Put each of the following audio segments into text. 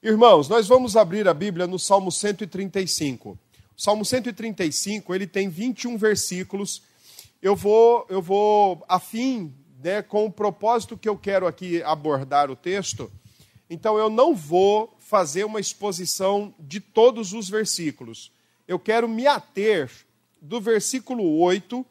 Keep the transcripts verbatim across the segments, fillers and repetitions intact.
Irmãos, nós vamos abrir a Bíblia no Salmo cento e trinta e cinco. O Salmo cento e trinta e cinco, ele tem vinte e um versículos. Eu vou, eu vou a fim, né, com o propósito que eu quero aqui abordar o texto, então eu não vou fazer uma exposição de todos os versículos. Eu quero me ater do versículo oito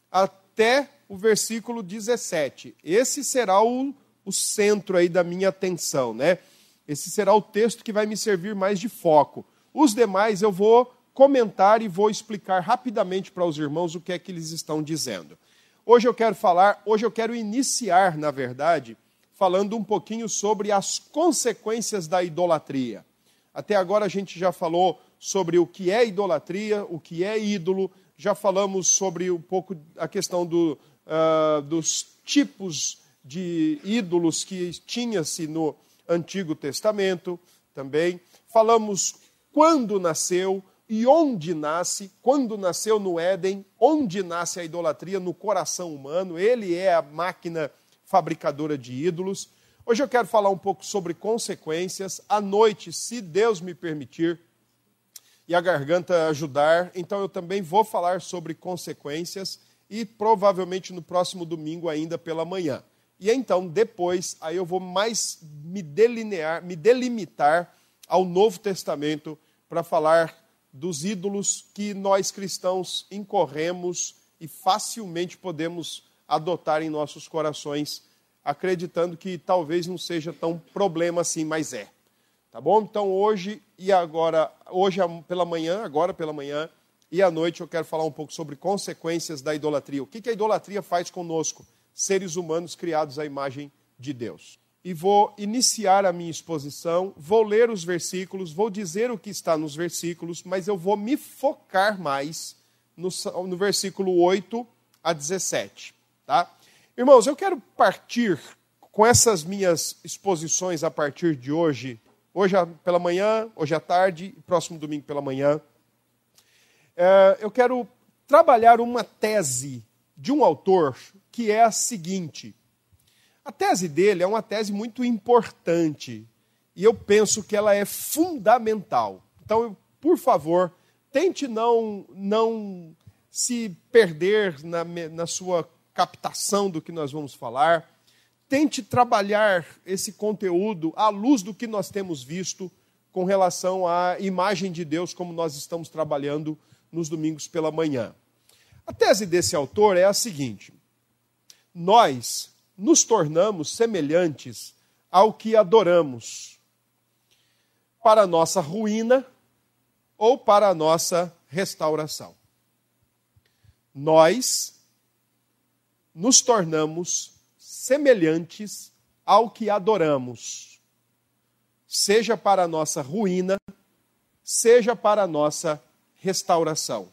até o versículo dezessete. Esse será o, o centro aí da minha atenção, né? Esse será o texto que vai me servir mais de foco. Os demais eu vou comentar e vou explicar rapidamente para os irmãos o que é que eles estão dizendo. Hoje eu quero falar, hoje eu quero iniciar, na verdade, falando um pouquinho sobre as consequências da idolatria. Até agora a gente já falou sobre o que é idolatria, o que é ídolo, já falamos sobre um pouco a questão do, uh, dos tipos de ídolos que tinha-se no Antigo Testamento também. Falamos quando nasceu e onde nasce, quando nasceu no Éden, onde nasce a idolatria no coração humano. Ele é a máquina fabricadora de ídolos. Hoje eu quero falar um pouco sobre consequências. À noite, se Deus me permitir e a garganta ajudar, então eu também vou falar sobre consequências e provavelmente no próximo domingo ainda pela manhã. E então, depois, aí eu vou mais me delinear, me delimitar ao Novo Testamento para falar dos ídolos que nós cristãos incorremos e facilmente podemos adotar em nossos corações, acreditando que talvez não seja tão problema assim, mas é. Tá bom? Então, hoje e agora, hoje pela manhã, agora pela manhã e à noite eu quero falar um pouco sobre consequências da idolatria. O que a idolatria faz conosco? Seres humanos criados à imagem de Deus. E vou iniciar a minha exposição, vou ler os versículos, vou dizer o que está nos versículos, mas eu vou me focar mais no, no versículo oito a dezessete. Tá? Irmãos, eu quero partir com essas minhas exposições a partir de hoje, hoje pela manhã, hoje à tarde, próximo domingo pela manhã. É, eu quero trabalhar uma tese de um autor que é a seguinte. A tese dele é uma tese muito importante e eu penso que ela é fundamental. Então, por favor, tente não, não se perder na, na sua captação do que nós vamos falar. Tente trabalhar esse conteúdo à luz do que nós temos visto com relação à imagem de Deus, como nós estamos trabalhando nos domingos pela manhã. A tese desse autor é a seguinte: nós nos tornamos semelhantes ao que adoramos, para a nossa ruína ou para a nossa restauração. Nós nos tornamos semelhantes ao que adoramos, seja para a nossa ruína, seja para a nossa restauração.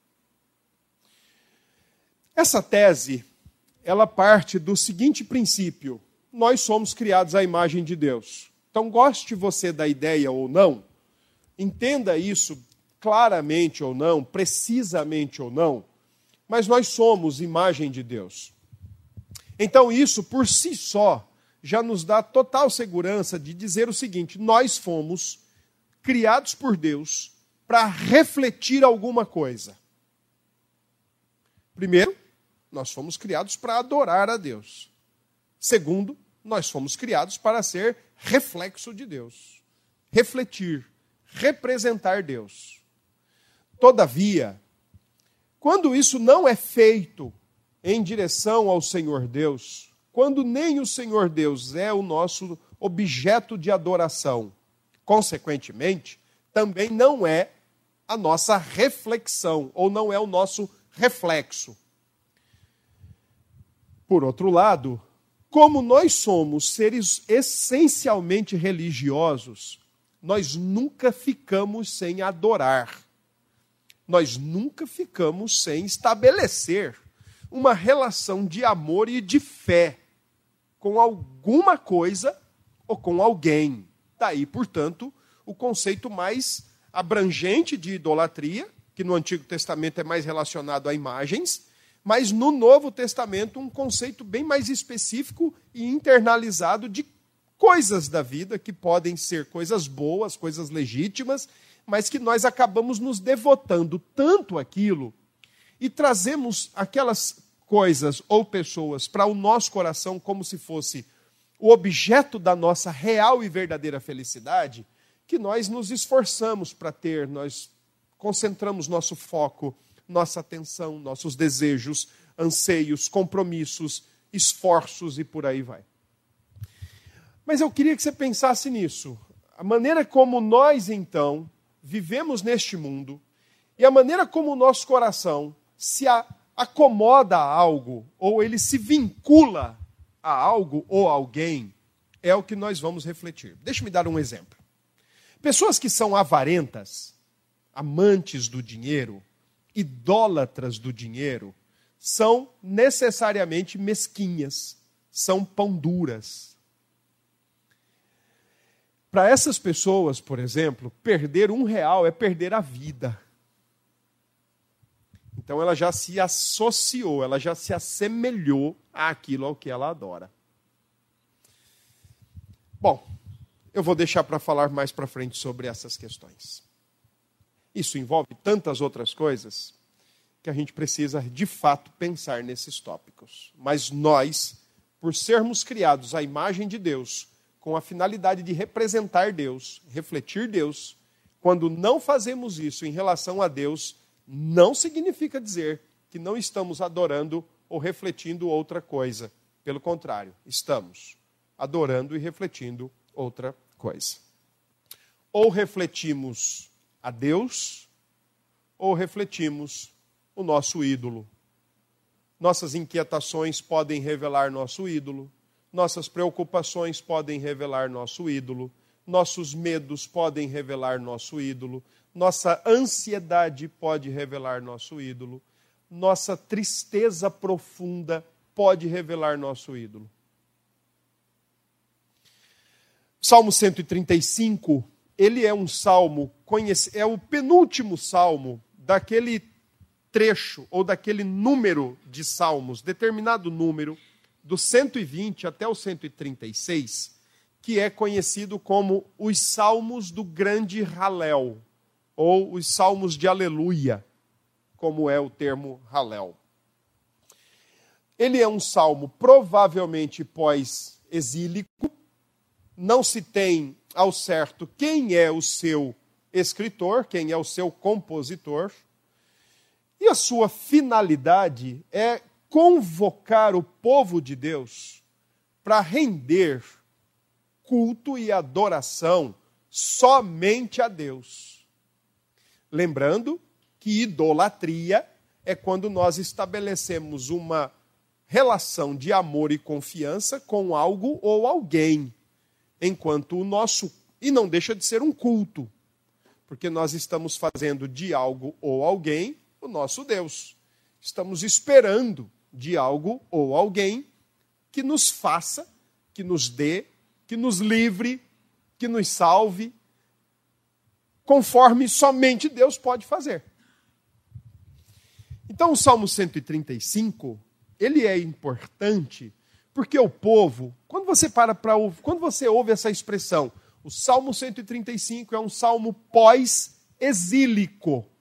Essa tese, ela parte do seguinte princípio: nós somos criados à imagem de Deus. Então, goste você da ideia ou não, entenda isso claramente ou não, precisamente ou não, mas nós somos imagem de Deus. Então, isso por si só já nos dá total segurança de dizer o seguinte: nós fomos criados por Deus para refletir alguma coisa. Primeiro, nós fomos criados para adorar a Deus. Segundo, nós fomos criados para ser reflexo de Deus. Refletir, representar Deus. Todavia, quando isso não é feito em direção ao Senhor Deus, quando nem o Senhor Deus é o nosso objeto de adoração, consequentemente, também não é a nossa reflexão, ou não é o nosso reflexo. Por outro lado, como nós somos seres essencialmente religiosos, nós nunca ficamos sem adorar. Nós nunca ficamos sem estabelecer uma relação de amor e de fé com alguma coisa ou com alguém. Daí, portanto, o conceito mais abrangente de idolatria, que no Antigo Testamento é mais relacionado a imagens, mas no Novo Testamento um conceito bem mais específico e internalizado de coisas da vida que podem ser coisas boas, coisas legítimas, mas que nós acabamos nos devotando tanto àquilo e trazemos aquelas coisas ou pessoas para o nosso coração como se fosse o objeto da nossa real e verdadeira felicidade, que nós nos esforçamos para ter, nós concentramos nosso foco, nossa atenção, nossos desejos, anseios, compromissos, esforços e por aí vai. Mas eu queria que você pensasse nisso. A maneira como nós, então, vivemos neste mundo e a maneira como o nosso coração se a, acomoda a algo, ou ele se vincula a algo ou a alguém, é o que nós vamos refletir. Deixa-me dar um exemplo. Pessoas que são avarentas, amantes do dinheiro, idólatras do dinheiro, são necessariamente mesquinhas, são pão duras. Para essas pessoas, por exemplo, perder um real é perder a vida. Então ela já se associou, ela já se assemelhou àquilo ao que ela adora. Bom, eu vou deixar para falar mais para frente sobre essas questões. Isso envolve tantas outras coisas que a gente precisa, de fato, pensar nesses tópicos. Mas nós, por sermos criados à imagem de Deus, com a finalidade de representar Deus, refletir Deus, quando não fazemos isso em relação a Deus, não significa dizer que não estamos adorando ou refletindo outra coisa. Pelo contrário, estamos adorando e refletindo outra coisa. Ou refletimos a Deus, ou refletimos o nosso ídolo. Nossas inquietações podem revelar nosso ídolo. Nossas preocupações podem revelar nosso ídolo, nossos medos podem revelar nosso ídolo, nossa ansiedade pode revelar nosso ídolo, nossa tristeza profunda pode revelar nosso ídolo. Salmo cento e trinta e cinco, ele é um salmo, é o penúltimo salmo daquele trecho ou daquele número de salmos, determinado número, do cento e vinte até o cento e trinta e seis, que é conhecido como os Salmos do Grande Halel, ou os Salmos de Aleluia, como é o termo Halel. Ele é um salmo provavelmente pós-exílico, não se tem ao certo quem é o seu escritor, quem é o seu compositor, e a sua finalidade é convocar o povo de Deus para render culto e adoração somente a Deus. Lembrando que idolatria é quando nós estabelecemos uma relação de amor e confiança com algo ou alguém, enquanto o nosso, e não deixa de ser um culto, porque nós estamos fazendo de algo ou alguém o nosso Deus. Estamos esperando de algo ou alguém que nos faça, que nos dê, que nos livre, que nos salve, conforme somente Deus pode fazer. Então o Salmo cento e trinta e cinco, ele é importante porque o povo, quando você para para quando você ouve essa expressão, o Salmo cento e trinta e cinco é um salmo pós-exílico.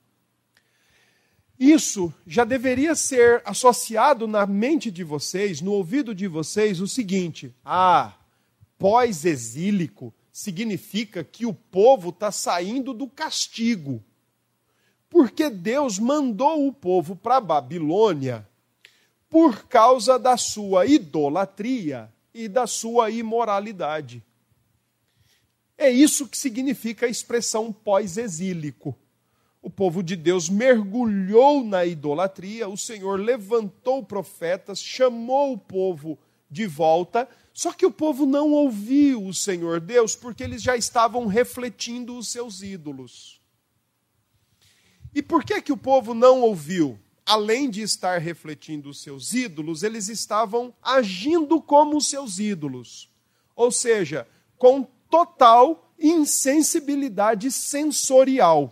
Isso já deveria ser associado na mente de vocês, no ouvido de vocês, o seguinte: ah, pós-exílico significa que o povo está saindo do castigo. Porque Deus mandou o povo para a Babilônia por causa da sua idolatria e da sua imoralidade. É isso que significa a expressão pós-exílico. O povo de Deus mergulhou na idolatria, o Senhor levantou profetas, chamou o povo de volta, só que o povo não ouviu o Senhor Deus, porque eles já estavam refletindo os seus ídolos. E por que que o povo não ouviu? Além de estar refletindo os seus ídolos, eles estavam agindo como os seus ídolos. Ou seja, com total insensibilidade sensorial.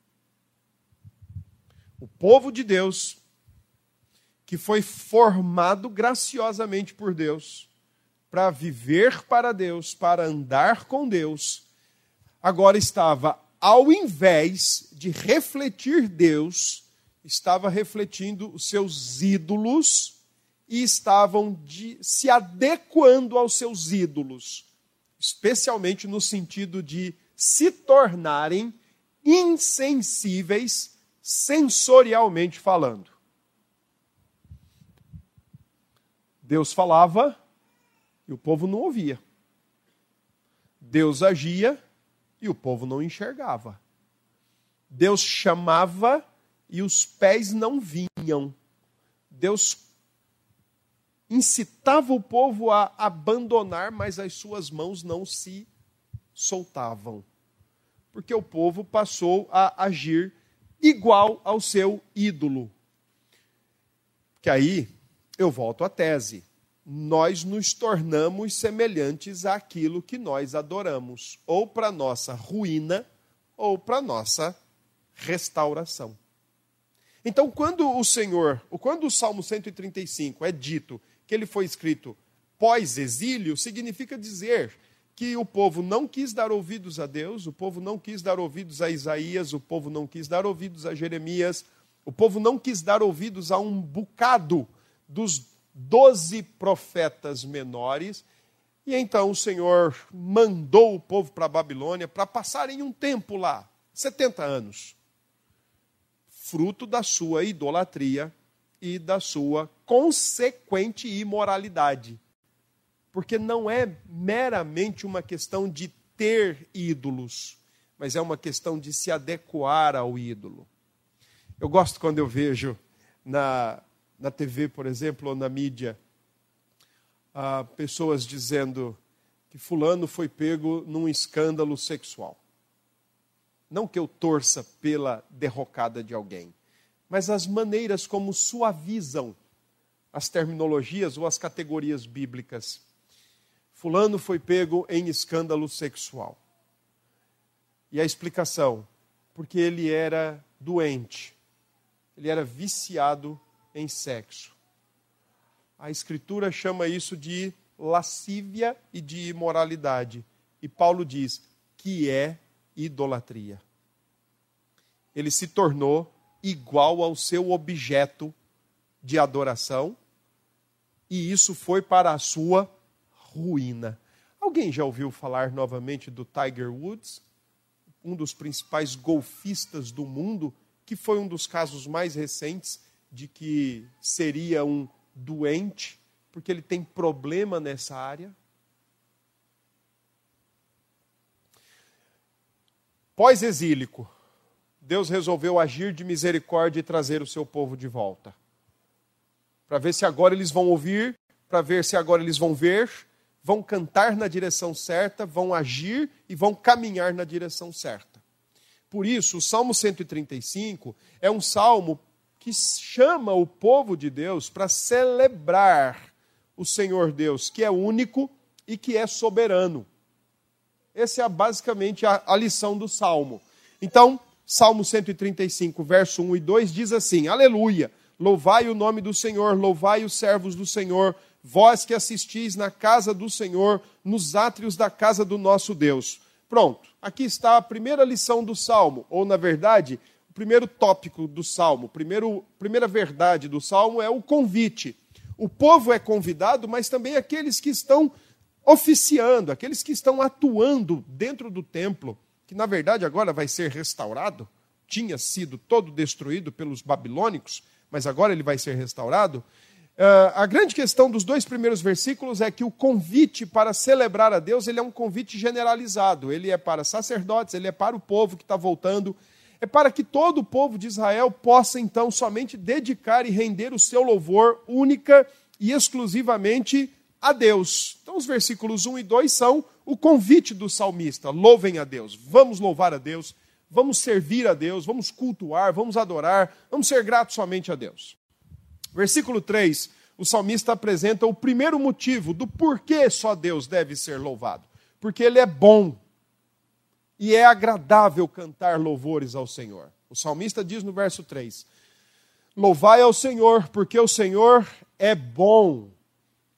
O povo de Deus, que foi formado graciosamente por Deus, para viver para Deus, para andar com Deus, agora estava, ao invés de refletir Deus, estava refletindo os seus ídolos e estavam de, se adequando aos seus ídolos, especialmente no sentido de se tornarem insensíveis sensorialmente falando. Deus falava e o povo não ouvia. Deus agia e o povo não enxergava. Deus chamava e os pés não vinham. Deus incitava o povo a abandonar, mas as suas mãos não se soltavam. Porque o povo passou a agir igual ao seu ídolo. Que aí eu volto à tese. Nós nos tornamos semelhantes àquilo que nós adoramos, ou para nossa ruína, ou para nossa restauração. Então, quando o Senhor, quando o Salmo cento e trinta e cinco é dito que ele foi escrito pós-exílio, significa dizer que o povo não quis dar ouvidos a Deus, o povo não quis dar ouvidos a Isaías, o povo não quis dar ouvidos a Jeremias, o povo não quis dar ouvidos a um bocado dos doze profetas menores, e então o Senhor mandou o povo para a Babilônia para passarem um tempo lá, setenta anos, fruto da sua idolatria e da sua consequente imoralidade. Porque não é meramente uma questão de ter ídolos, mas é uma questão de se adequar ao ídolo. Eu gosto quando eu vejo na, na T V, por exemplo, ou na mídia, ah, pessoas dizendo que fulano foi pego num escândalo sexual. Não que eu torça pela derrocada de alguém, mas as maneiras como suavizam as terminologias ou as categorias bíblicas. Fulano foi pego em escândalo sexual. E a explicação, porque ele era doente, ele era viciado em sexo. A Escritura chama isso de lascívia e de imoralidade. E Paulo diz que é idolatria. Ele se tornou igual ao seu objeto de adoração, e isso foi para a sua ruína. Alguém já ouviu falar novamente do Tiger Woods? Um dos principais golfistas do mundo, que foi um dos casos mais recentes de que seria um doente, porque ele tem problema nessa área. Pós-exílico, Deus resolveu agir de misericórdia e trazer o seu povo de volta. Para ver se agora eles vão ouvir, para ver se agora eles vão ver, vão cantar na direção certa, vão agir e vão caminhar na direção certa. Por isso, o Salmo cento e trinta e cinco é um salmo que chama o povo de Deus para celebrar o Senhor Deus, que é único e que é soberano. Essa é basicamente a, a lição do Salmo. Então, Salmo cento e trinta e cinco, verso um e dois, diz assim: Aleluia! Louvai o nome do Senhor, louvai os servos do Senhor, vós que assistis na casa do Senhor, nos átrios da casa do nosso Deus. Pronto, aqui está a primeira lição do Salmo, ou na verdade, o primeiro tópico do Salmo, primeiro, primeira verdade do Salmo é o convite. O povo é convidado, mas também aqueles que estão oficiando, aqueles que estão atuando dentro do templo, que na verdade agora vai ser restaurado, tinha sido todo destruído pelos babilônicos, mas agora ele vai ser restaurado. Uh, a grande questão dos dois primeiros versículos é que o convite para celebrar a Deus, ele é um convite generalizado. Ele é para sacerdotes, ele é para o povo que está voltando. É para que todo o povo de Israel possa, então, somente dedicar e render o seu louvor única e exclusivamente a Deus. Então, os versículos um e dois são o convite do salmista. Louvem a Deus, vamos louvar a Deus, vamos servir a Deus, vamos cultuar, vamos adorar, vamos ser gratos somente a Deus. Versículo três, o salmista apresenta o primeiro motivo do porquê só Deus deve ser louvado. Porque Ele é bom e é agradável cantar louvores ao Senhor. O salmista diz no verso três, louvai ao Senhor, porque o Senhor é bom.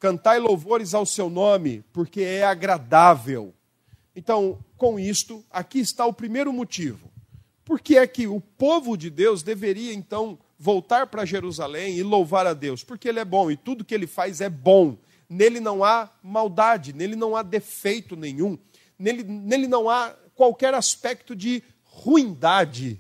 cantai louvores ao seu nome, porque é agradável. Então, com isto, aqui está o primeiro motivo. Por que é que o povo de Deus deveria, então, voltar para Jerusalém e louvar a Deus? Porque ele é bom e tudo que ele faz é bom. Nele não há maldade, nele não há defeito nenhum, nele, nele não há qualquer aspecto de ruindade.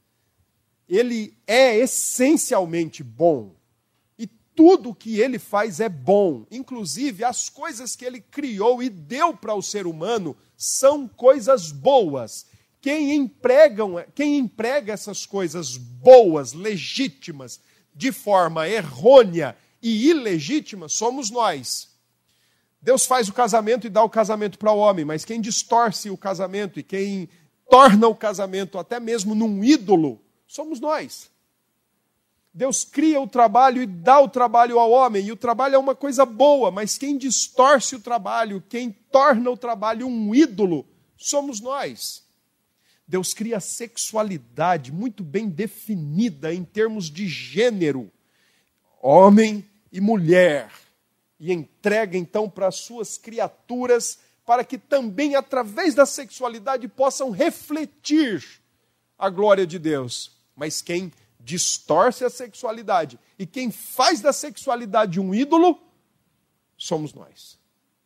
Ele é essencialmente bom. E tudo o que ele faz é bom. Inclusive, as coisas que ele criou e deu para o ser humano são coisas boas. Quem, empregam, quem emprega essas coisas boas, legítimas, de forma errônea e ilegítima, somos nós. Deus faz o casamento e dá o casamento para o homem, mas quem distorce o casamento e quem torna o casamento até mesmo num ídolo, somos nós. Deus cria o trabalho e dá o trabalho ao homem, e o trabalho é uma coisa boa, mas quem distorce o trabalho, quem torna o trabalho um ídolo, somos nós. Deus cria a sexualidade muito bem definida em termos de gênero, homem e mulher, e entrega então para as suas criaturas, para que também através da sexualidade possam refletir a glória de Deus. Mas quem distorce a sexualidade e quem faz da sexualidade um ídolo, somos nós.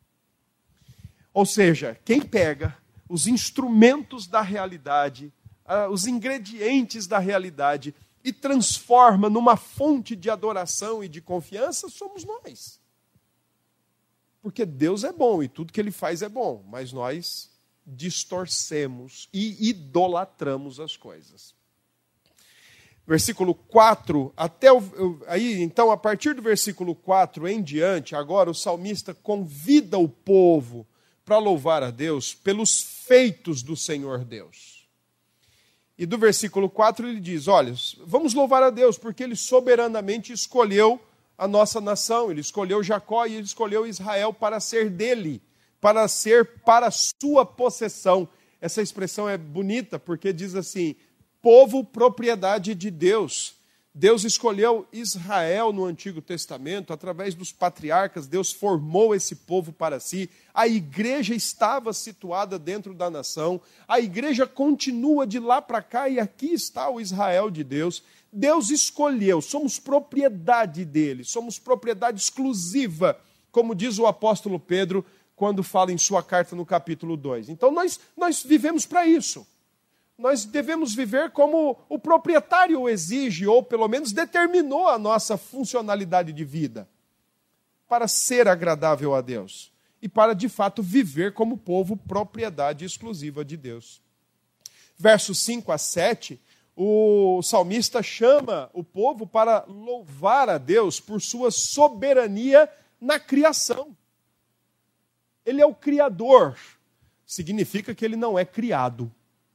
Ou seja, quem pega os instrumentos da realidade, os ingredientes da realidade, e transforma numa fonte de adoração e de confiança, somos nós. Porque Deus é bom e tudo que Ele faz é bom, mas nós distorcemos e idolatramos as coisas. Versículo quatro, até o, aí, então, a partir do versículo quatro em diante, agora o salmista convida o povo para louvar a Deus pelos feitos do Senhor Deus. E do versículo quatro ele diz, olha, vamos louvar a Deus, porque Ele soberanamente escolheu a nossa nação, Ele escolheu Jacó e Ele escolheu Israel para ser dele, para ser para a sua possessão. Essa expressão é bonita, porque diz assim, povo, propriedade de Deus. Deus escolheu Israel no Antigo Testamento, através dos patriarcas, Deus formou esse povo para si. A igreja estava situada dentro da nação, a igreja continua de lá para cá e aqui está o Israel de Deus. Deus escolheu, somos propriedade dele, somos propriedade exclusiva, como diz o apóstolo Pedro quando fala em sua carta no capítulo dois. Então nós, nós vivemos para isso. Nós devemos viver como o proprietário exige, ou pelo menos determinou a nossa funcionalidade de vida, para ser agradável a Deus e para, de fato, viver como povo propriedade exclusiva de Deus. Versos cinco a sete, o salmista chama o povo para louvar a Deus por sua soberania na criação. Ele é o Criador, significa que ele não é criado.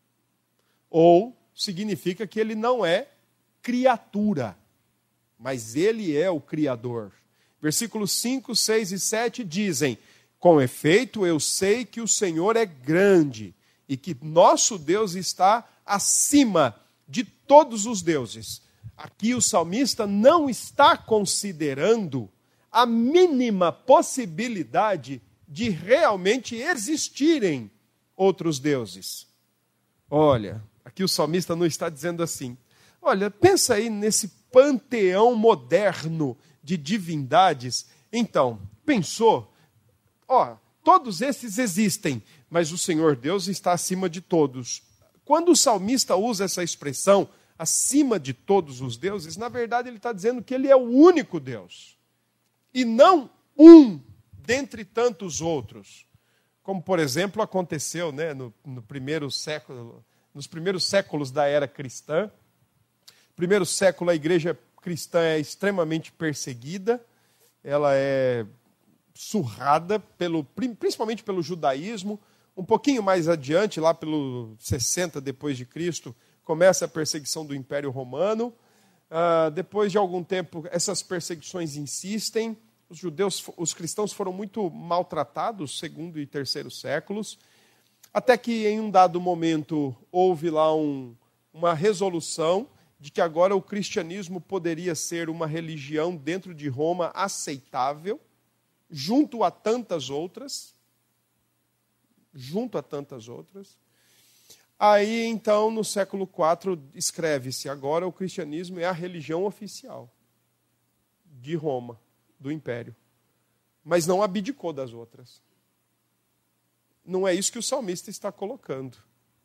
Ou significa que ele não é criatura, mas ele é o Criador. Versículos cinco, seis e sete dizem, com efeito eu sei que o Senhor é grande e que nosso Deus está acima de todos os deuses. Aqui o salmista não está considerando a mínima possibilidade de realmente existirem outros deuses. Olha, aqui o salmista não está dizendo assim, olha, pensa aí nesse panteão moderno de divindades. Então, pensou, ó, todos esses existem, mas o Senhor Deus está acima de todos. Quando o salmista usa essa expressão, acima de todos os deuses, na verdade ele está dizendo que ele é o único Deus, e não um dentre tantos outros. Como, por exemplo, aconteceu, né, no, no primeiro século, nos primeiros séculos da era cristã. No primeiro século, a igreja cristã é extremamente perseguida, ela é surrada, pelo, principalmente pelo judaísmo. Um pouquinho mais adiante, lá pelo sessenta depois de Cristo, começa a perseguição do Império Romano. Uh, depois de algum tempo, essas perseguições insistem. Os judeus, os cristãos foram muito maltratados, segundo e terceiro séculos, até que em um dado momento houve lá um, uma resolução de que agora o cristianismo poderia ser uma religião dentro de Roma aceitável. junto a tantas outras, junto a tantas outras. Aí, então, no século quatro, escreve-se, agora o cristianismo é a religião oficial de Roma, do Império. Mas não abdicou das outras. Não é isso que o salmista está colocando.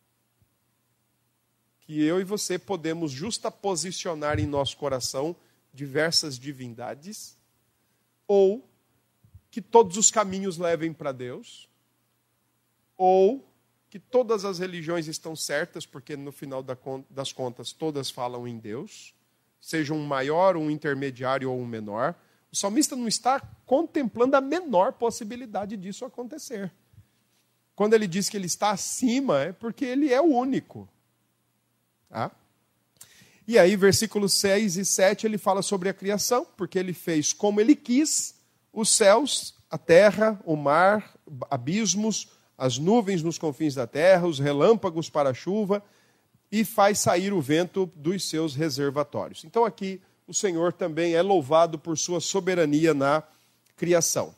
Que eu e você podemos justaposicionar em nosso coração diversas divindades, ou que todos os caminhos levem para Deus, ou que todas as religiões estão certas, porque no final das contas todas falam em Deus, seja um maior, um intermediário ou um menor. O salmista não está contemplando a menor possibilidade disso acontecer. Quando ele diz que ele está acima, é porque ele é o único. Tá? E aí, versículos seis e sete, ele fala sobre a criação, porque ele fez como ele quis os céus, a terra, o mar, abismos, as nuvens nos confins da terra, os relâmpagos para a chuva, e faz sair o vento dos seus reservatórios. Então aqui o Senhor também é louvado por sua soberania na criação.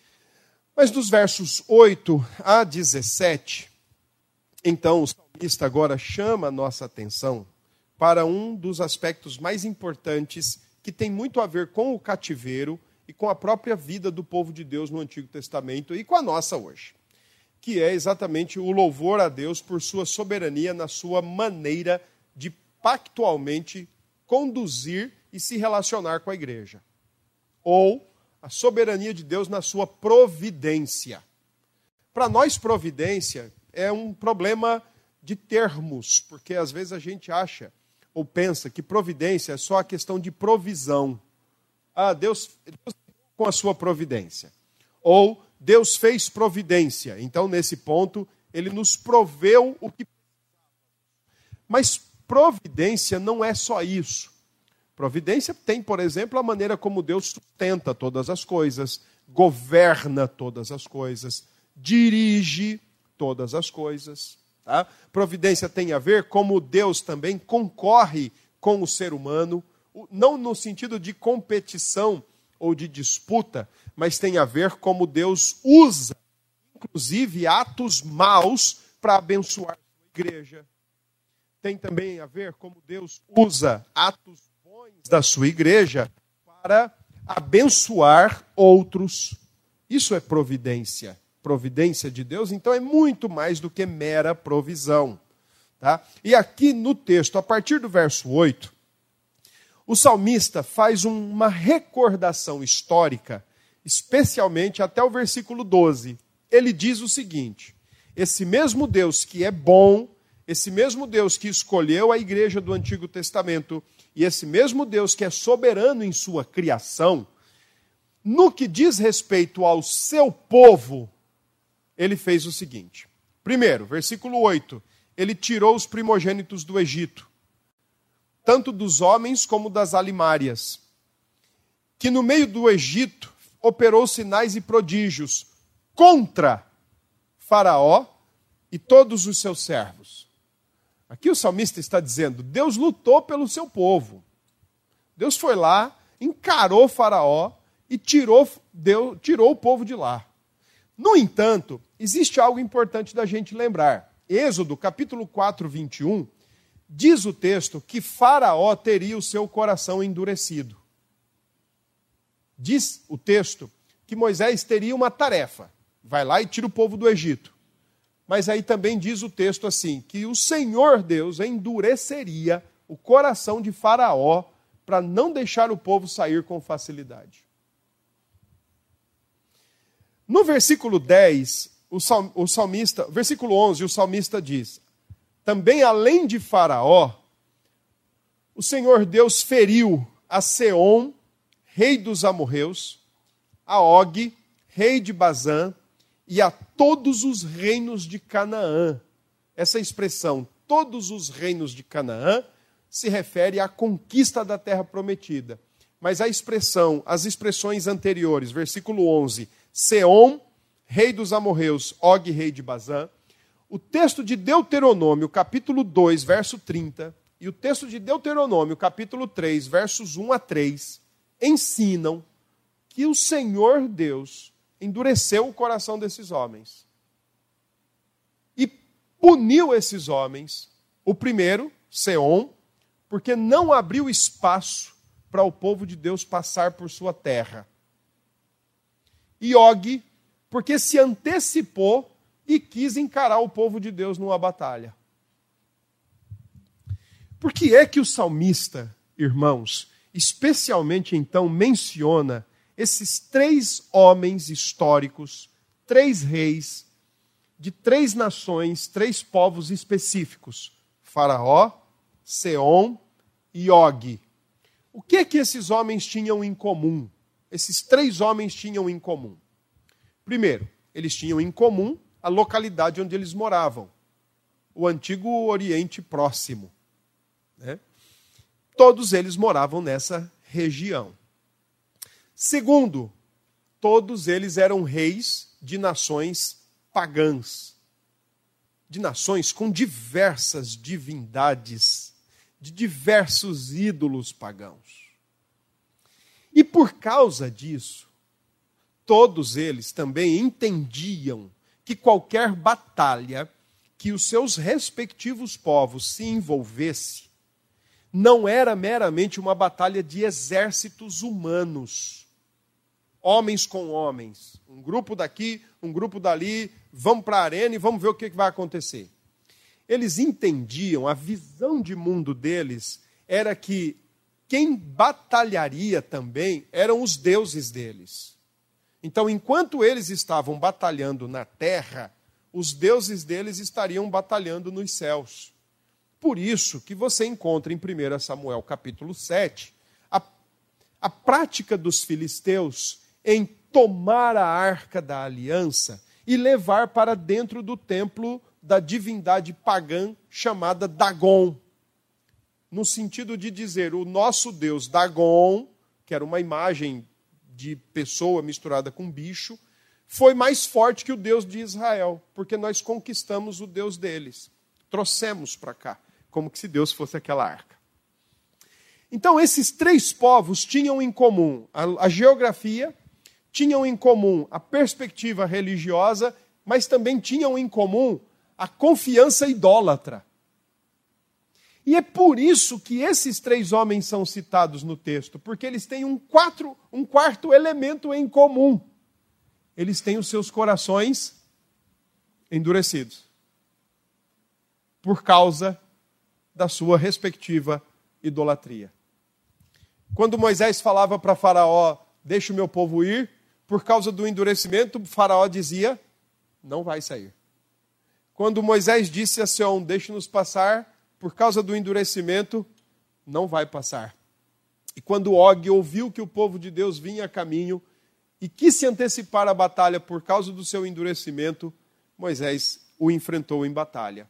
Mas dos versos oito a dezessete, então o salmista agora chama a nossa atenção para um dos aspectos mais importantes que tem muito a ver com o cativeiro e com a própria vida do povo de Deus no Antigo Testamento e com a nossa hoje, que é exatamente o louvor a Deus por sua soberania na sua maneira de pactualmente conduzir e se relacionar com a igreja. Ou a soberania de Deus na sua providência. Para nós, providência é um problema de termos, porque às vezes a gente acha ou pensa que providência é só a questão de provisão. Ah, Deus, Deus com a sua providência. Ou Deus fez providência. Então, nesse ponto, ele nos proveu o que precisávamos. Mas providência não é só isso. Providência tem, por exemplo, a maneira como Deus sustenta todas as coisas, governa todas as coisas, dirige todas as coisas. Tá? Providência tem a ver como Deus também concorre com o ser humano, não no sentido de competição ou de disputa, mas tem a ver como Deus usa, inclusive, atos maus para abençoar a sua igreja. Tem também a ver como Deus usa atos bons da sua igreja para abençoar outros. Isso é providência. Providência de Deus, então, é muito mais do que mera provisão. Tá? E aqui no texto, a partir do verso oito, o salmista faz uma recordação histórica, especialmente até o versículo doze. Ele diz o seguinte: esse mesmo Deus que é bom, esse mesmo Deus que escolheu a igreja do Antigo Testamento, e esse mesmo Deus que é soberano em sua criação, no que diz respeito ao seu povo, ele fez o seguinte. Primeiro, versículo oito, ele tirou os primogênitos do Egito, tanto dos homens como das alimárias, que no meio do Egito operou sinais e prodígios contra Faraó e todos os seus servos. Aqui o salmista está dizendo, Deus lutou pelo seu povo. Deus foi lá, encarou Faraó e tirou, deu, tirou o povo de lá. No entanto, existe algo importante da gente lembrar. Êxodo, capítulo quatro, vinte e um, diz o texto que Faraó teria o seu coração endurecido. Diz o texto que Moisés teria uma tarefa. Vai lá e tira o povo do Egito. Mas aí também diz o texto assim, que o Senhor Deus endureceria o coração de Faraó para não deixar o povo sair com facilidade. No versículo dez, o salmista, versículo onze, o salmista diz, também além de Faraó, o Senhor Deus feriu a Seom, rei dos amorreus, a Og, rei de Bazã, e a todos os reinos de Canaã. Essa expressão, todos os reinos de Canaã, se refere à conquista da terra prometida. Mas a expressão, as expressões anteriores, versículo onze, Seom, rei dos amorreus, Og, rei de Bazã, o texto de Deuteronômio, capítulo dois, verso trinta, e o texto de Deuteronômio, capítulo três, versos um a três, ensinam que o Senhor Deus endureceu o coração desses homens. E puniu esses homens. O primeiro, Seom, porque não abriu espaço para o povo de Deus passar por sua terra. E Og, porque se antecipou e quis encarar o povo de Deus numa batalha. Por que é que o salmista, irmãos, especialmente então menciona esses três homens históricos, três reis, de três nações, três povos específicos? Faraó, Seom e Og. O que é que esses homens tinham em comum? Esses três homens tinham em comum. Primeiro, eles tinham em comum a localidade onde eles moravam, o antigo Oriente Próximo. Né? Todos eles moravam nessa região. Segundo, todos eles eram reis de nações pagãs, de nações com diversas divindades, de diversos ídolos pagãos. E por causa disso, todos eles também entendiam que qualquer batalha que os seus respectivos povos se envolvesse não era meramente uma batalha de exércitos humanos, homens com homens, um grupo daqui, um grupo dali, vamos para a arena e vamos ver o que vai acontecer. Eles entendiam, a visão de mundo deles era que quem batalharia também eram os deuses deles. Então, enquanto eles estavam batalhando na terra, os deuses deles estariam batalhando nos céus. Por isso que você encontra em primeiro Samuel capítulo sete, a, a prática dos filisteus em tomar a arca da aliança e levar para dentro do templo da divindade pagã chamada Dagon. No sentido de dizer, o nosso Deus Dagon, que era uma imagem de pessoa misturada com bicho, foi mais forte que o Deus de Israel, porque nós conquistamos o Deus deles. Trouxemos para cá, como que se Deus fosse aquela arca. Então, esses três povos tinham em comum a, a geografia, tinham em comum a perspectiva religiosa, mas também tinham em comum a confiança idólatra. E é por isso que esses três homens são citados no texto, porque eles têm um, quatro, um quarto elemento em comum. Eles têm os seus corações endurecidos, por causa da sua respectiva idolatria. Quando Moisés falava para Faraó, deixa o meu povo ir, por causa do endurecimento, Faraó dizia, não vai sair. Quando Moisés disse a Seom, deixe-nos passar, por causa do endurecimento, não vai passar. E quando Og ouviu que o povo de Deus vinha a caminho e quis se antecipar à batalha por causa do seu endurecimento, Moisés o enfrentou em batalha.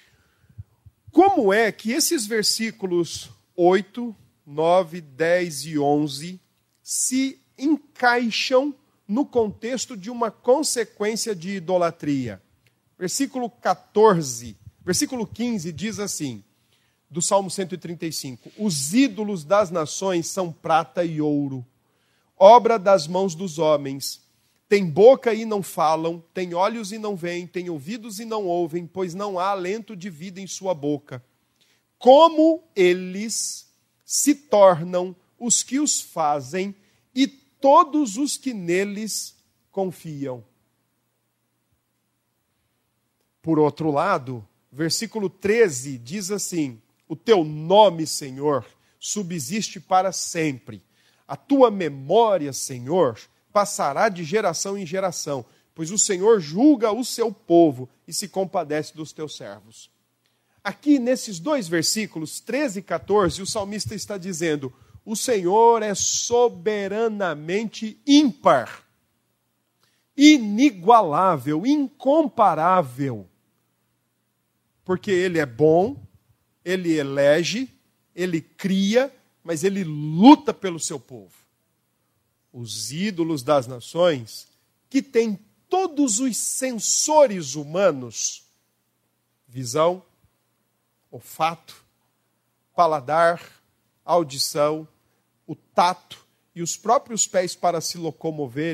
Como é que esses versículos oito, nove, dez e onze se encaixam no contexto de uma consequência de idolatria? Versículo quatorze, versículo quinze diz assim, do Salmo cento e trinta e cinco, os ídolos das nações são prata e ouro, obra das mãos dos homens, têm boca e não falam, têm olhos e não veem, têm ouvidos e não ouvem, pois não há alento de vida em sua boca. Como eles se tornam os que os fazem e todos os que neles confiam. Por outro lado, versículo treze diz assim, o teu nome, Senhor, subsiste para sempre. A tua memória, Senhor, passará de geração em geração, pois o Senhor julga o seu povo e se compadece dos teus servos. Aqui, nesses dois versículos, treze e quatorze, o salmista está dizendo, o Senhor é soberanamente ímpar, inigualável, incomparável, porque Ele é bom, Ele elege, Ele cria, mas Ele luta pelo seu povo. Os ídolos das nações, que têm todos os sensores humanos, visão, olfato, paladar, audição, o tato e os próprios pés para se locomoverem,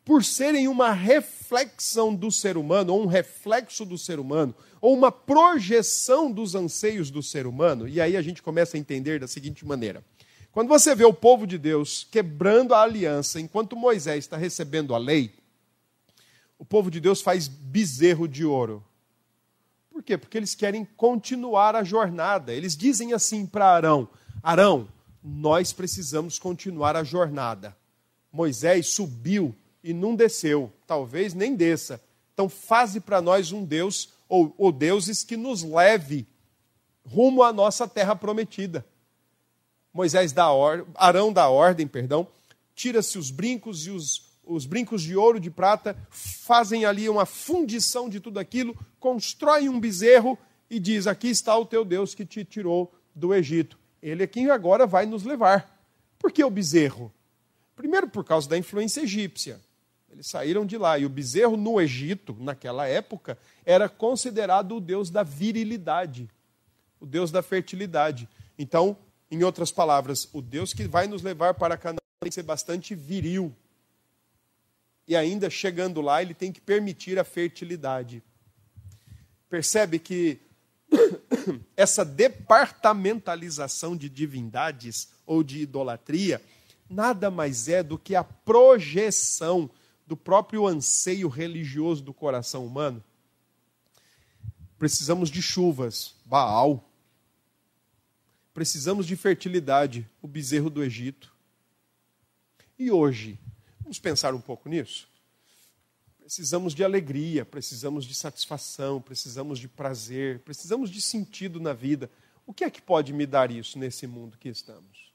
por serem uma reflexão do ser humano, ou um reflexo do ser humano, ou uma projeção dos anseios do ser humano, e aí a gente começa a entender da seguinte maneira. Quando você vê o povo de Deus quebrando a aliança, enquanto Moisés está recebendo a lei, o povo de Deus faz bezerro de ouro. Por quê? Porque eles querem continuar a jornada. Eles dizem assim para Arão, Arão, nós precisamos continuar a jornada. Moisés subiu e não desceu, talvez nem desça. Então faze para nós um Deus, ou, ou deuses que nos leve rumo à nossa terra prometida. Moisés dá ordem, Arão dá ordem, perdão, tira-se os brincos e os, os brincos de ouro, de prata, fazem ali uma fundição de tudo aquilo, constroem um bezerro e diz, aqui está o teu Deus que te tirou do Egito. Ele é quem agora vai nos levar. Por que o bezerro? Primeiro por causa da influência egípcia. Eles saíram de lá. E o bezerro no Egito, naquela época, era considerado o Deus da virilidade, o Deus da fertilidade. Então, em outras palavras, o Deus que vai nos levar para Canaã tem que ser bastante viril. E ainda chegando lá, ele tem que permitir a fertilidade. Percebe que essa departamentalização de divindades ou de idolatria nada mais é do que a projeção do próprio anseio religioso do coração humano. Precisamos de chuvas, Baal. Precisamos de fertilidade, o bezerro do Egito. E hoje, vamos pensar um pouco nisso? Precisamos de alegria, precisamos de satisfação, precisamos de prazer, precisamos de sentido na vida. O que é que pode me dar isso nesse mundo que estamos?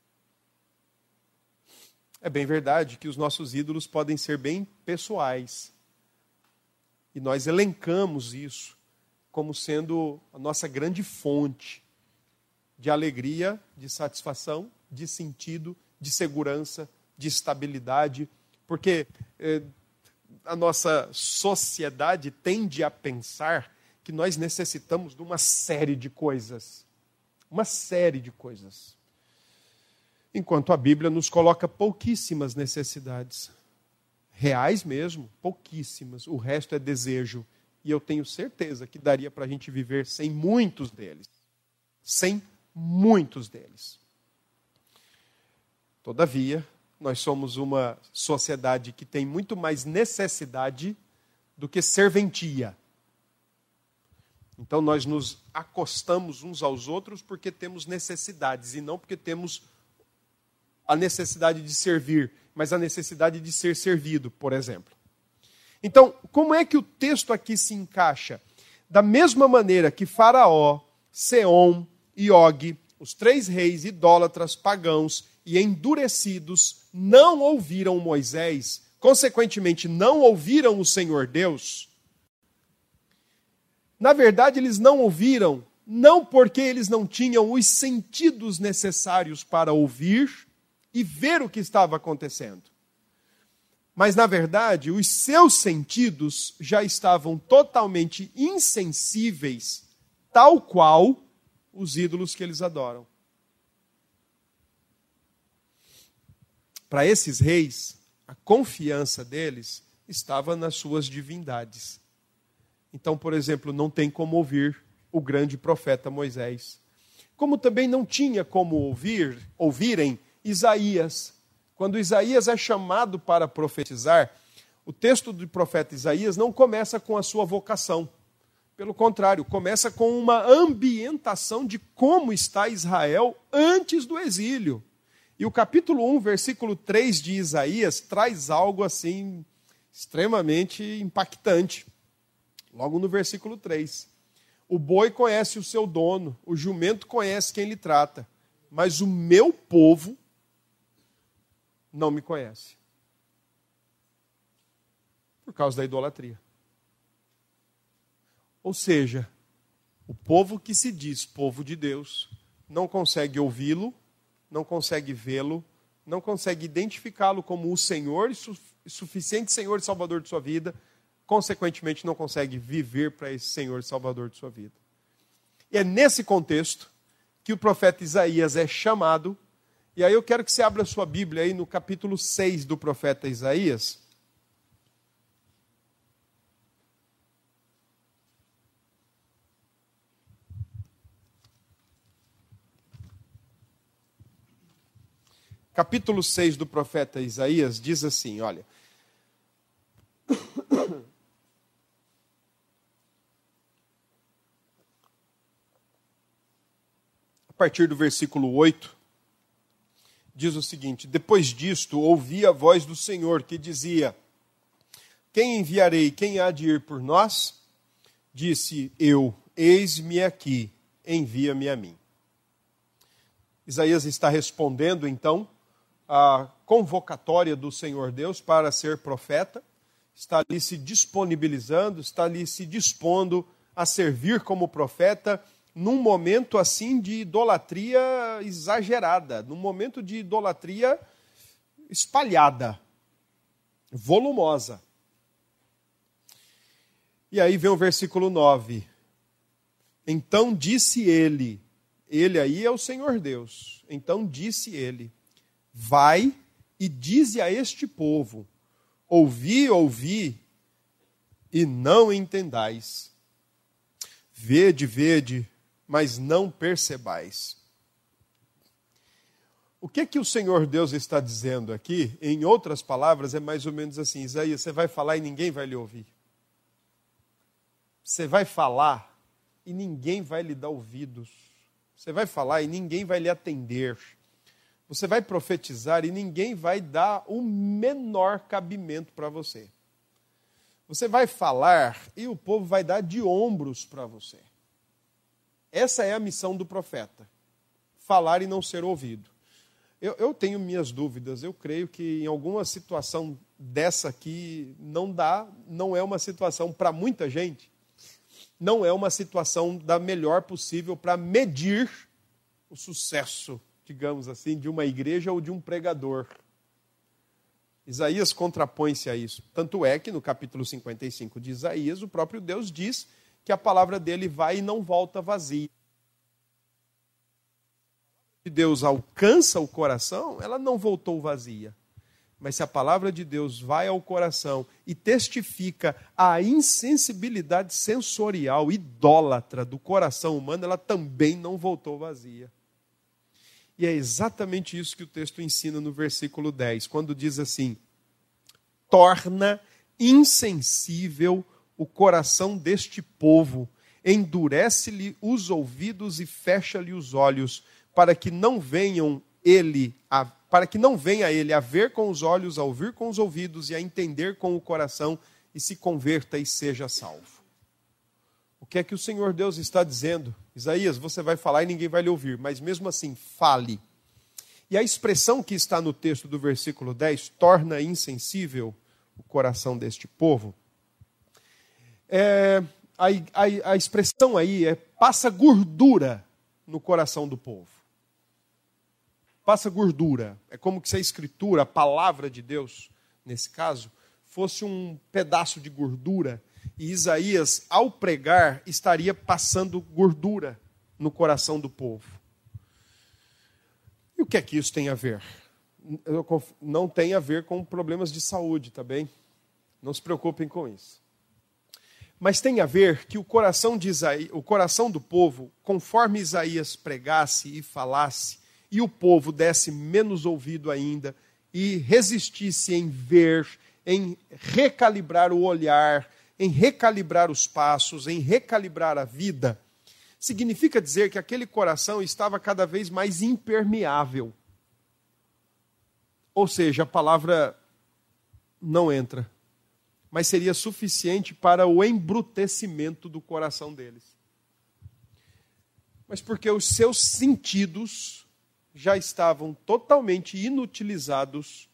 É bem verdade que os nossos ídolos podem ser bem pessoais. E nós elencamos isso como sendo a nossa grande fonte de alegria, de satisfação, de sentido, de segurança, de estabilidade. Porque eh, a nossa sociedade tende a pensar que nós necessitamos de uma série de coisas. Uma série de coisas. Enquanto a Bíblia nos coloca pouquíssimas necessidades. Reais mesmo, pouquíssimas. O resto é desejo. E eu tenho certeza que daria para a gente viver sem muitos deles. Sem muitos deles. Todavia, nós somos uma sociedade que tem muito mais necessidade do que serventia. Então nós nos acostamos uns aos outros porque temos necessidades e não porque temos a necessidade de servir, mas a necessidade de ser servido, por exemplo. Então, como é que o texto aqui se encaixa? Da mesma maneira que Faraó, Seom e Og, os três reis idólatras pagãos e endurecidos, não ouviram Moisés, consequentemente não ouviram o Senhor Deus. Na verdade, eles não ouviram, não porque eles não tinham os sentidos necessários para ouvir e ver o que estava acontecendo. Mas, na verdade, os seus sentidos já estavam totalmente insensíveis, tal qual os ídolos que eles adoram. Para esses reis, a confiança deles estava nas suas divindades. Então, por exemplo, não tem como ouvir o grande profeta Moisés. Como também não tinha como ouvir, ouvirem Isaías. Quando Isaías é chamado para profetizar, o texto do profeta Isaías não começa com a sua vocação. Pelo contrário, começa com uma ambientação de como está Israel antes do exílio. E o capítulo um, versículo três de Isaías traz algo assim extremamente impactante. Logo no versículo três. O boi conhece o seu dono, o jumento conhece quem lhe trata, mas o meu povo não me conhece. Por causa da idolatria. Ou seja, o povo que se diz povo de Deus não consegue ouvi-lo, não consegue vê-lo, não consegue identificá-lo como o Senhor e suficiente Senhor e Salvador de sua vida, consequentemente não consegue viver para esse Senhor e Salvador de sua vida. E é nesse contexto que o profeta Isaías é chamado, e aí eu quero que você abra a sua Bíblia aí no capítulo seis do profeta Isaías, capítulo seis do profeta Isaías diz assim, olha. A partir do versículo oito, diz o seguinte: depois disto, ouvi a voz do Senhor que dizia: quem enviarei, quem há de ir por nós? Disse eu, eis-me aqui, envia-me a mim. Isaías está respondendo, então, à convocatória do Senhor Deus para ser profeta, está ali se disponibilizando, está ali se dispondo a servir como profeta, num momento assim de idolatria exagerada, num momento de idolatria espalhada, volumosa. E aí vem o versículo nove. Então disse ele, ele aí é o Senhor Deus, então disse ele, vai e dize a este povo, ouvi, ouvi, e não entendais. Vede, vede, mas não percebais. O que que o Senhor Deus está dizendo aqui, em outras palavras, é mais ou menos assim: Isaías, você vai falar e ninguém vai lhe ouvir. Você vai falar e ninguém vai lhe dar ouvidos. Você vai falar e ninguém vai lhe atender. Você vai profetizar e ninguém vai dar o menor cabimento para você. Você vai falar e o povo vai dar de ombros para você. Essa é a missão do profeta. Falar e não ser ouvido. Eu, eu tenho minhas dúvidas. Eu creio que em alguma situação dessa aqui não dá, não é uma situação para muita gente, não é uma situação da melhor possível para medir o sucesso, digamos assim, de uma igreja ou de um pregador. Isaías contrapõe-se a isso. Tanto é que no capítulo cinquenta e cinco de Isaías, o próprio Deus diz que a palavra dele vai e não volta vazia. Se Deus alcança o coração, ela não voltou vazia. Mas se a palavra de Deus vai ao coração e testifica a insensibilidade sensorial idólatra do coração humano, ela também não voltou vazia. E é exatamente isso que o texto ensina no versículo dez, quando diz assim: torna insensível o coração deste povo, endurece-lhe os ouvidos e fecha-lhe os olhos, para que não venham ele a, para que não venha ele a ver com os olhos, a ouvir com os ouvidos e a entender com o coração, e se converta e seja salvo. O que é que o Senhor Deus está dizendo? Isaías, você vai falar e ninguém vai lhe ouvir, mas mesmo assim, fale. E a expressão que está no texto do versículo dez, torna insensível o coração deste povo, é, a, a, a expressão aí é passa gordura no coração do povo. Passa gordura. É como se a escritura, a palavra de Deus, nesse caso, fosse um pedaço de gordura. E Isaías, ao pregar, estaria passando gordura no coração do povo. E o que é que isso tem a ver? Não tem a ver com problemas de saúde, tá bem? Não se preocupem com isso. Mas tem a ver que o coração de Isaías, o coração do povo, conforme Isaías pregasse e falasse, e o povo desse menos ouvido ainda, e resistisse em ver, em recalibrar o olhar, em recalibrar os passos, em recalibrar a vida, significa dizer que aquele coração estava cada vez mais impermeável. Ou seja, a palavra não entra, mas seria suficiente para o embrutecimento do coração deles. Mas porque os seus sentidos já estavam totalmente inutilizados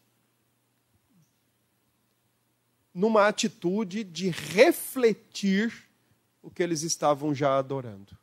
numa atitude de refletir o que eles estavam já adorando.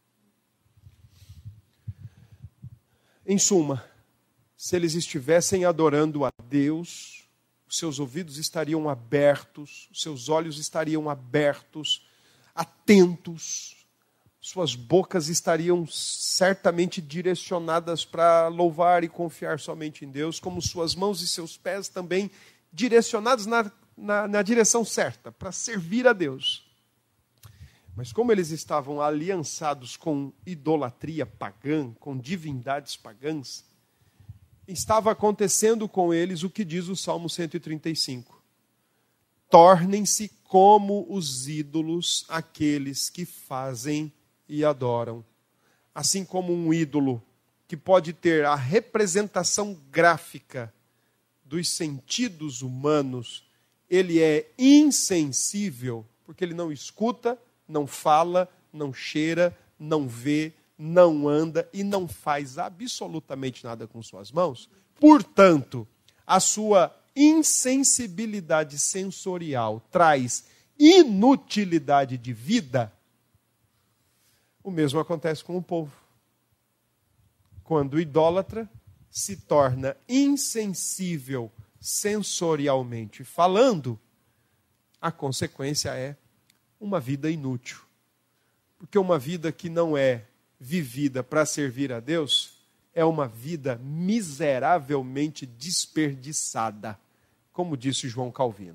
Em suma, se eles estivessem adorando a Deus, os seus ouvidos estariam abertos, os seus olhos estariam abertos, atentos, suas bocas estariam certamente direcionadas para louvar e confiar somente em Deus, como suas mãos e seus pés também direcionados na, na, na direção certa, para servir a Deus. Mas como eles estavam aliançados com idolatria pagã, com divindades pagãs, estava acontecendo com eles o que diz o Salmo cento e trinta e cinco. Tornem-se como os ídolos aqueles que fazem e adoram. Assim como um ídolo que pode ter a representação gráfica dos sentidos humanos, ele é insensível, porque ele não escuta, não fala, não cheira, não vê, não anda e não faz absolutamente nada com suas mãos. Portanto, a sua insensibilidade sensorial traz inutilidade de vida. O mesmo acontece com o povo. Quando o idólatra se torna insensível sensorialmente falando, a consequência é uma vida inútil. Porque uma vida que não é vivida para servir a Deus é uma vida miseravelmente desperdiçada, como disse João Calvino.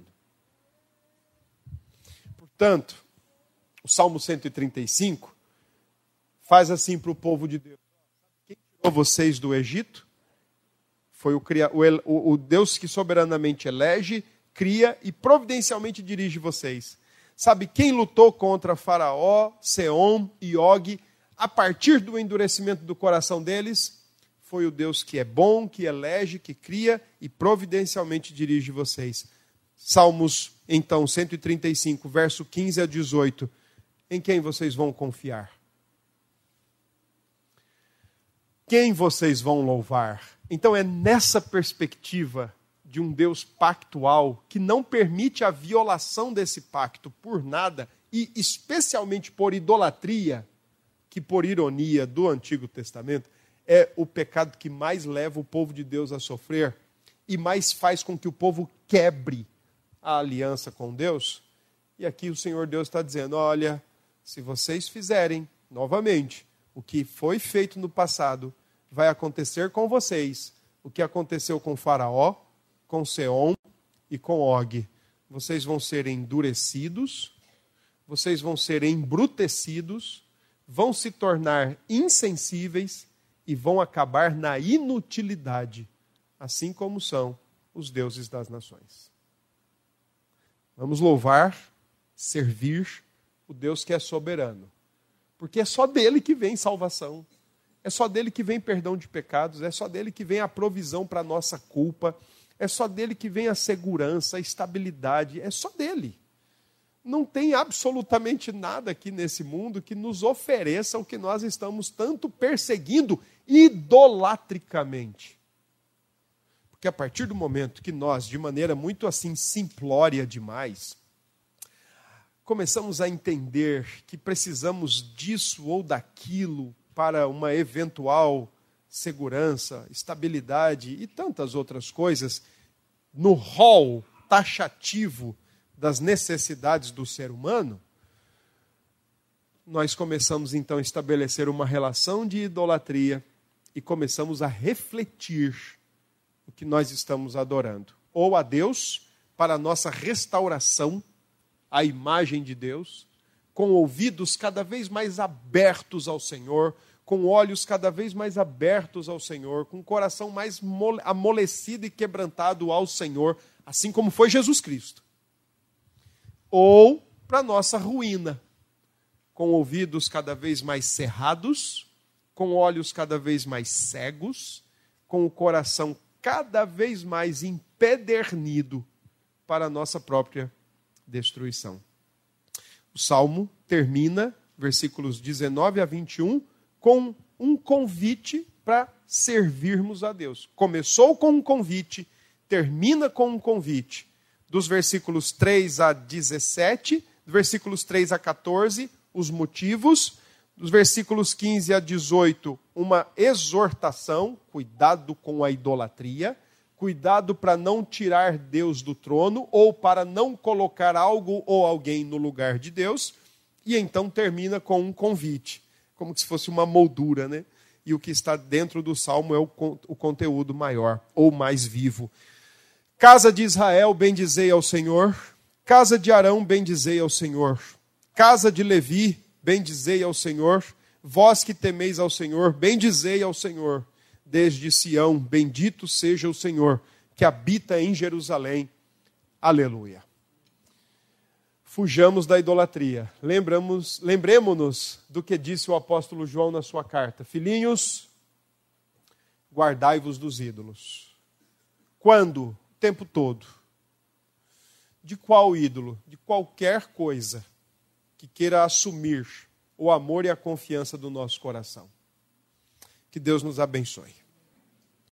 Portanto, o Salmo cento e trinta e cinco faz assim para o povo de Deus. Quem tirou vocês do Egito? Foi o, o, o Deus que soberanamente elege, cria e providencialmente dirige vocês. Sabe quem lutou contra Faraó, Seom e Og a partir do endurecimento do coração deles? Foi o Deus que é bom, que elege, que cria e providencialmente dirige vocês. Salmos, então, cento e trinta e cinco, verso quinze a dezoito. Em quem vocês vão confiar? Quem vocês vão louvar? Então é nessa perspectiva de um Deus pactual que não permite a violação desse pacto por nada e especialmente por idolatria, que por ironia do Antigo Testamento é o pecado que mais leva o povo de Deus a sofrer e mais faz com que o povo quebre a aliança com Deus. E aqui o Senhor Deus está dizendo, olha, se vocês fizerem novamente o que foi feito no passado, vai acontecer com vocês o que aconteceu com Faraó, com Seom e com Og. Vocês vão ser endurecidos, vocês vão ser embrutecidos, vão se tornar insensíveis e vão acabar na inutilidade, assim como são os deuses das nações. Vamos louvar, servir o Deus que é soberano, porque é só dele que vem salvação. É só dele que vem perdão de pecados, é só dele que vem a provisão para a nossa culpa, é só dele que vem a segurança, a estabilidade, é só dele. Não tem absolutamente nada aqui nesse mundo que nos ofereça o que nós estamos tanto perseguindo idolatricamente. Porque a partir do momento que nós, de maneira muito assim simplória demais, começamos a entender que precisamos disso ou daquilo para uma eventual segurança, estabilidade e tantas outras coisas, no rol taxativo das necessidades do ser humano, nós começamos então a estabelecer uma relação de idolatria e começamos a refletir o que nós estamos adorando. Ou a Deus, para a nossa restauração, à imagem de Deus, com ouvidos cada vez mais abertos ao Senhor, com olhos cada vez mais abertos ao Senhor, com o coração mais amolecido e quebrantado ao Senhor, assim como foi Jesus Cristo. Ou para nossa ruína, com ouvidos cada vez mais cerrados, com olhos cada vez mais cegos, com o coração cada vez mais empedernido para a nossa própria destruição. O Salmo termina, versículos dezenove a vinte e um, com um convite para servirmos a Deus. Começou com um convite, termina com um convite. Dos versículos três a dezessete, versículos três a quatorze, os motivos. Dos versículos quinze a dezoito, uma exortação, cuidado com a idolatria, cuidado para não tirar Deus do trono ou para não colocar algo ou alguém no lugar de Deus. E então termina com um convite, como se fosse uma moldura, né? E o que está dentro do Salmo é o, o conteúdo maior, ou mais vivo. Casa de Israel, bendizei ao Senhor. Casa de Arão, bendizei ao Senhor. Casa de Levi, bendizei ao Senhor. Vós que temeis ao Senhor, bendizei ao Senhor. desde Sião, bendito seja o Senhor, que habita em Jerusalém. Aleluia. Fujamos da idolatria. Lembramos, lembremos-nos do que disse o apóstolo João na sua carta. Filhinhos, guardai-vos dos ídolos. Quando? O tempo todo. De qual ídolo? De qualquer coisa que queira assumir o amor e a confiança do nosso coração. Que Deus nos abençoe.